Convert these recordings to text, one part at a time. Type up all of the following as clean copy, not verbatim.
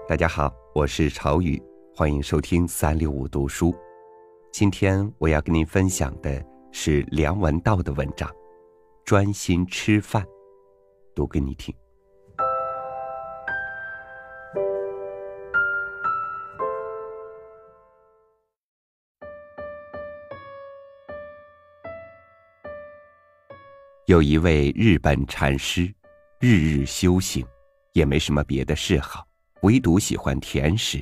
大家好，我是朝宇，欢迎收听365读书。今天我要跟您分享的是梁文道的文章《专心吃饭》，读给你听。有一位日本禅师，日日修行，也没什么别的嗜好，唯独喜欢甜食。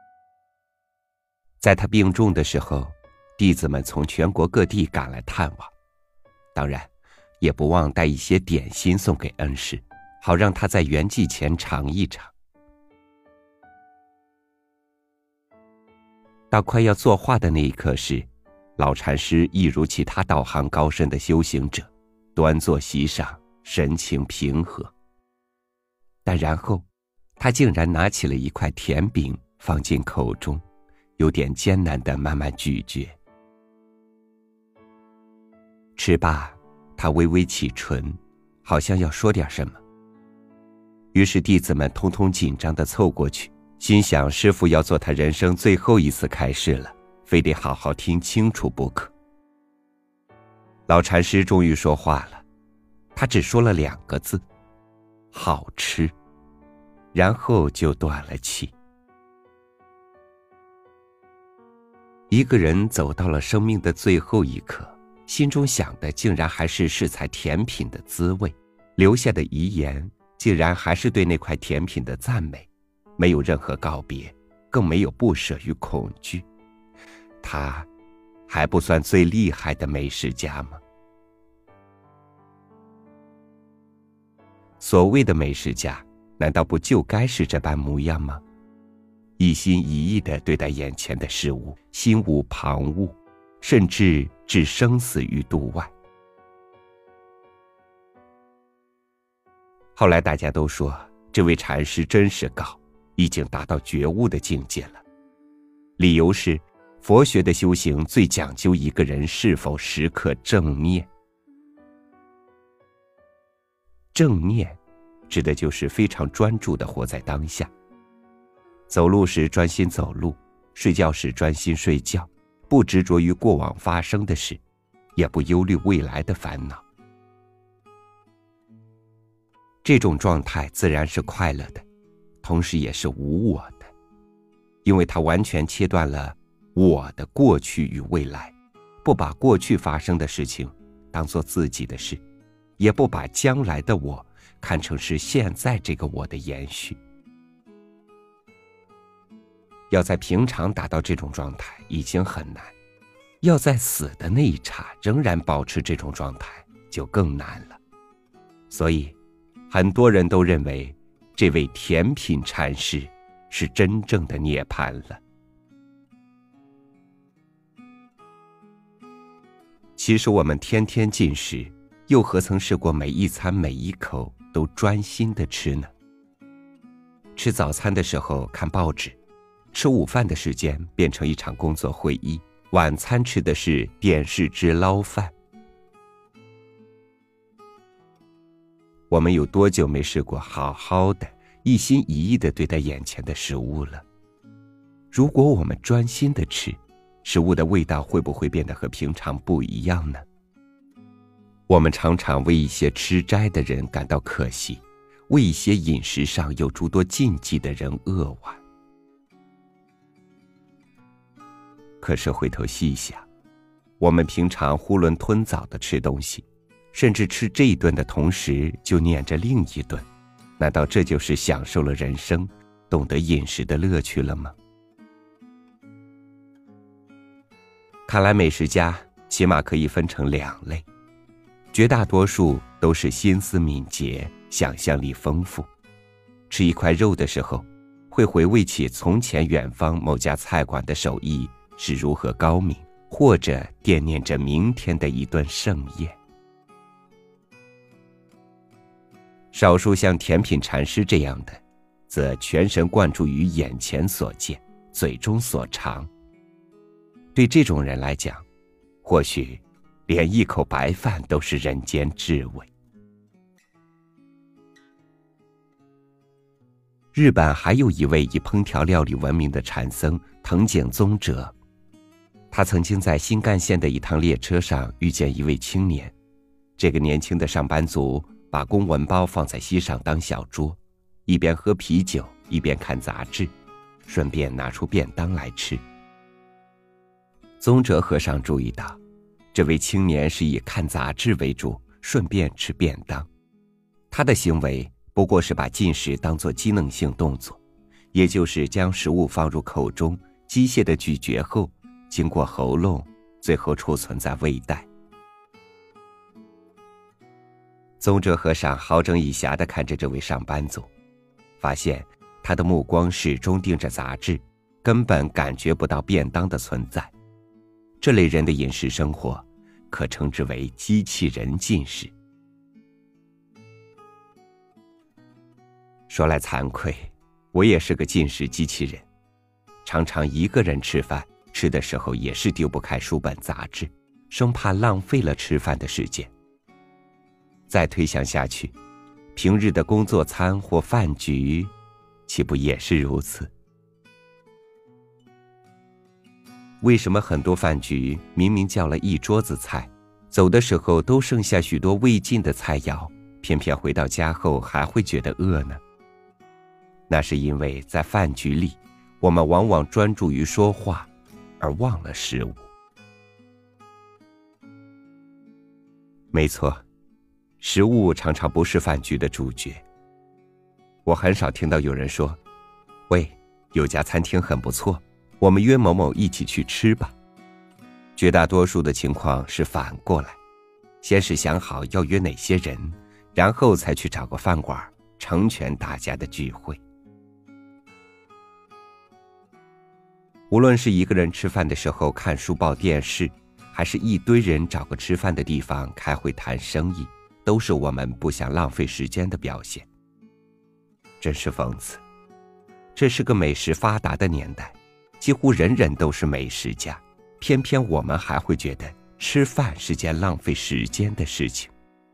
在他病重的时候，弟子们从全国各地赶来探望，当然也不忘带一些点心送给恩师，好让他在圆寂前尝一尝。到快要作画的那一刻时，老禅师一如其他道行高深的修行者，端坐席上，神情平和。但然后他竟然拿起了一块甜饼放进口中，有点艰难地慢慢咀嚼。吃罢，他微微启唇，好像要说点什么。于是弟子们通通紧张地凑过去，心想师父要做他人生最后一次开示了，非得好好听清楚不可。老禅师终于说话了，他只说了2个字：好吃，然后就断了气。一个人走到了生命的最后一刻，心中想的竟然还是食材甜品的滋味，留下的遗言竟然还是对那块甜品的赞美，没有任何告别，更没有不舍与恐惧。他还不算最厉害的美食家吗？所谓的美食家，难道不就该是这般模样吗？一心一意地对待眼前的事物，心无旁骛，甚至置生死于度外。后来大家都说，这位禅师真是高，已经达到觉悟的境界了。理由是，佛学的修行最讲究一个人是否时刻正念。正念指的就是非常专注地活在当下，走路时专心走路，睡觉时专心睡觉，不执着于过往发生的事，也不忧虑未来的烦恼。这种状态自然是快乐的，同时也是无我的，因为它完全切断了我的过去与未来，不把过去发生的事情当作自己的事，也不把将来的我看成是现在这个我的延续。要在平常达到这种状态已经很难，要在死的那一刹仍然保持这种状态就更难了。所以很多人都认为这位甜品禅师是真正的涅槃了。其实我们天天进食，又何曾试过每一餐每一口都专心地吃呢？吃早餐的时候看报纸，吃午饭的时间变成一场工作会议，晚餐吃的是电视汁捞饭。我们有多久没试过好好的一心一意地对待眼前的食物了？如果我们专心地吃，食物的味道会不会变得和平常不一样呢？我们常常为一些吃斋的人感到可惜，为一些饮食上有诸多禁忌的人扼腕。可是回头细想，我们平常囫囵吞枣地吃东西，甚至吃这一顿的同时就念着另一顿，难道这就是享受了人生，懂得饮食的乐趣了吗？看来美食家起码可以分成2类，绝大多数都是心思敏捷，想象力丰富，吃一块肉的时候，会回味起从前远方某家菜馆的手艺是如何高明，或者惦念着明天的一顿盛宴。少数像甜品禅师这样的，则全神贯注于眼前所见，嘴中所尝。对这种人来讲，或许连一口白饭都是人间至味。 日本还有一位以烹调料理闻名的禅僧藤井宗哲，他曾经在新干线的一趟列车上遇见一位青年，这个年轻的上班族把公文包放在膝上当小桌，一边喝啤酒一边看杂志，顺便拿出便当来吃。宗哲和尚注意到，这位青年是以看杂志为主，顺便吃便当。他的行为不过是把进食当作机能性动作，也就是将食物放入口中，机械的咀嚼后，经过喉咙，最后储存在胃袋。宗哲和尚好整以暇地看着这位上班族，发现他的目光始终盯着杂志，根本感觉不到便当的存在。这类人的饮食生活可称之为机器人进食。说来惭愧，我也是个进食机器人，常常一个人吃饭，吃的时候也是丢不开书本杂志，生怕浪费了吃饭的时间。再推想下去，平日的工作餐或饭局，岂不也是如此？为什么很多饭局明明叫了一桌子菜，走的时候都剩下许多未尽的菜肴，偏偏回到家后还会觉得饿呢？那是因为在饭局里，我们往往专注于说话，而忘了食物。没错，食物常常不是饭局的主角。我很少听到有人说，喂，有家餐厅很不错，我们约某某一起去吃吧。绝大多数的情况是反过来，先是想好要约哪些人，然后才去找个饭馆，成全大家的聚会。无论是一个人吃饭的时候看书报电视，还是一堆人找个吃饭的地方开会谈生意，都是我们不想浪费时间的表现。真是讽刺，这是个美食发达的年代，几乎人人都是美食家，偏偏我们还会觉得吃饭是件浪费时间的事情。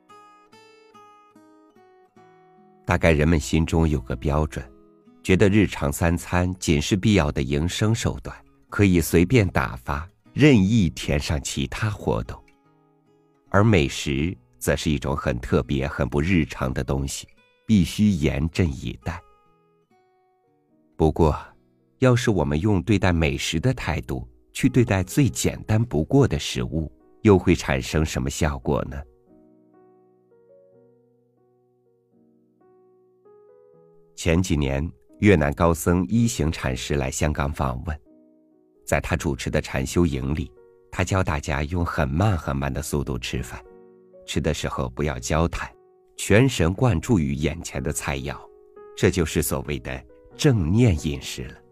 大概人们心中有个标准，觉得日常三餐仅是必要的营生手段，可以随便打发，任意填上其他活动。而美食则是一种很特别很不日常的东西，必须严阵以待。不过要是我们用对待美食的态度去对待最简单不过的食物，又会产生什么效果呢？前几年，越南高僧一行禅师来香港访问，在他主持的禅修营里，他教大家用很慢很慢的速度吃饭，吃的时候不要交谈，全神贯注于眼前的菜肴，这就是所谓的正念饮食了。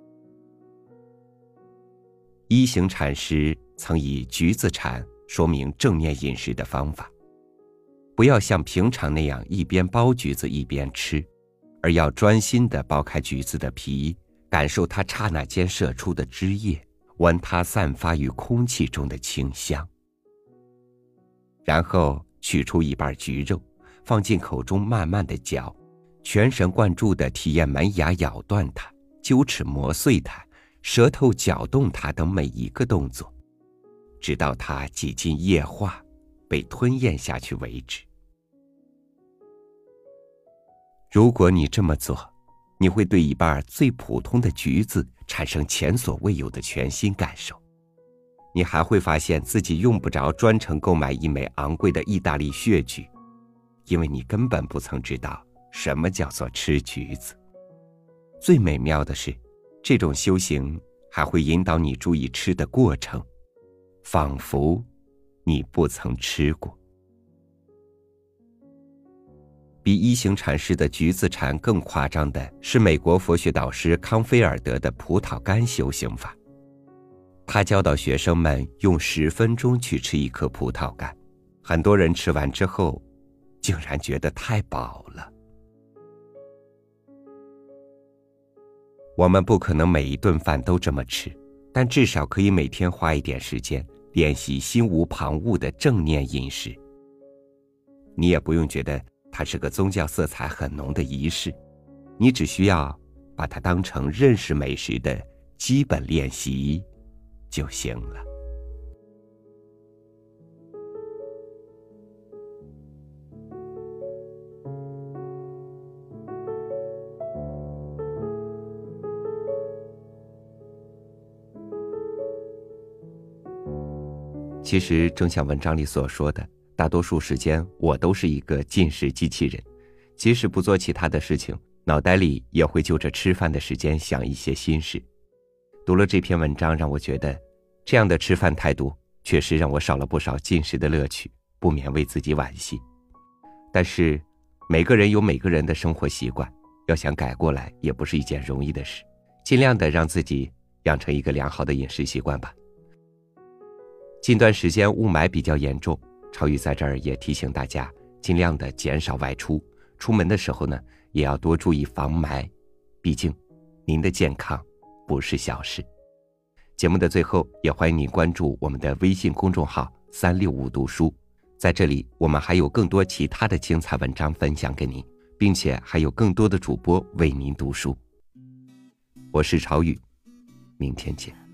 一行禅师曾以橘子禅说明正念饮食的方法，不要像平常那样一边剥橘子一边吃，而要专心地剥开橘子的皮，感受它刹那间射出的汁液，闻它散发于空气中的清香。然后取出一半橘肉，放进口中慢慢地嚼，全神贯注地体验门牙咬断它，臼齿磨碎它，舌头搅动它等每一个动作，直到它几近液化，被吞咽下去为止。如果你这么做，你会对一半最普通的橘子产生前所未有的全新感受。你还会发现自己用不着专程购买一枚昂贵的意大利血橘，因为你根本不曾知道什么叫做吃橘子。最美妙的是，这种修行还会引导你注意吃的过程，仿佛你不曾吃过。比一行禅师的橘子禅更夸张的是美国佛学导师康菲尔德的葡萄干修行法。他教导学生们用10分钟去吃一颗葡萄干，很多人吃完之后竟然觉得太饱了。我们不可能每一顿饭都这么吃，但至少可以每天花一点时间练习心无旁骛的正念饮食。你也不用觉得它是个宗教色彩很浓的仪式， 你只需要把它当成认识美食的基本练习就行了。其实正像文章里所说的，大多数时间我都是一个进食机器人，即使不做其他的事情，脑袋里也会就着吃饭的时间想一些心事。读了这篇文章，让我觉得这样的吃饭态度确实让我少了不少进食的乐趣，不免为自己惋惜。但是每个人有每个人的生活习惯，要想改过来也不是一件容易的事，尽量的让自己养成一个良好的饮食习惯吧。近段时间雾霾比较严重，超宇在这儿也提醒大家尽量的减少外出，出门的时候呢也要多注意防霾，毕竟您的健康不是小事。节目的最后也欢迎您关注我们的微信公众号365读书，在这里我们还有更多其他的精彩文章分享给您，并且还有更多的主播为您读书。我是超宇，明天见。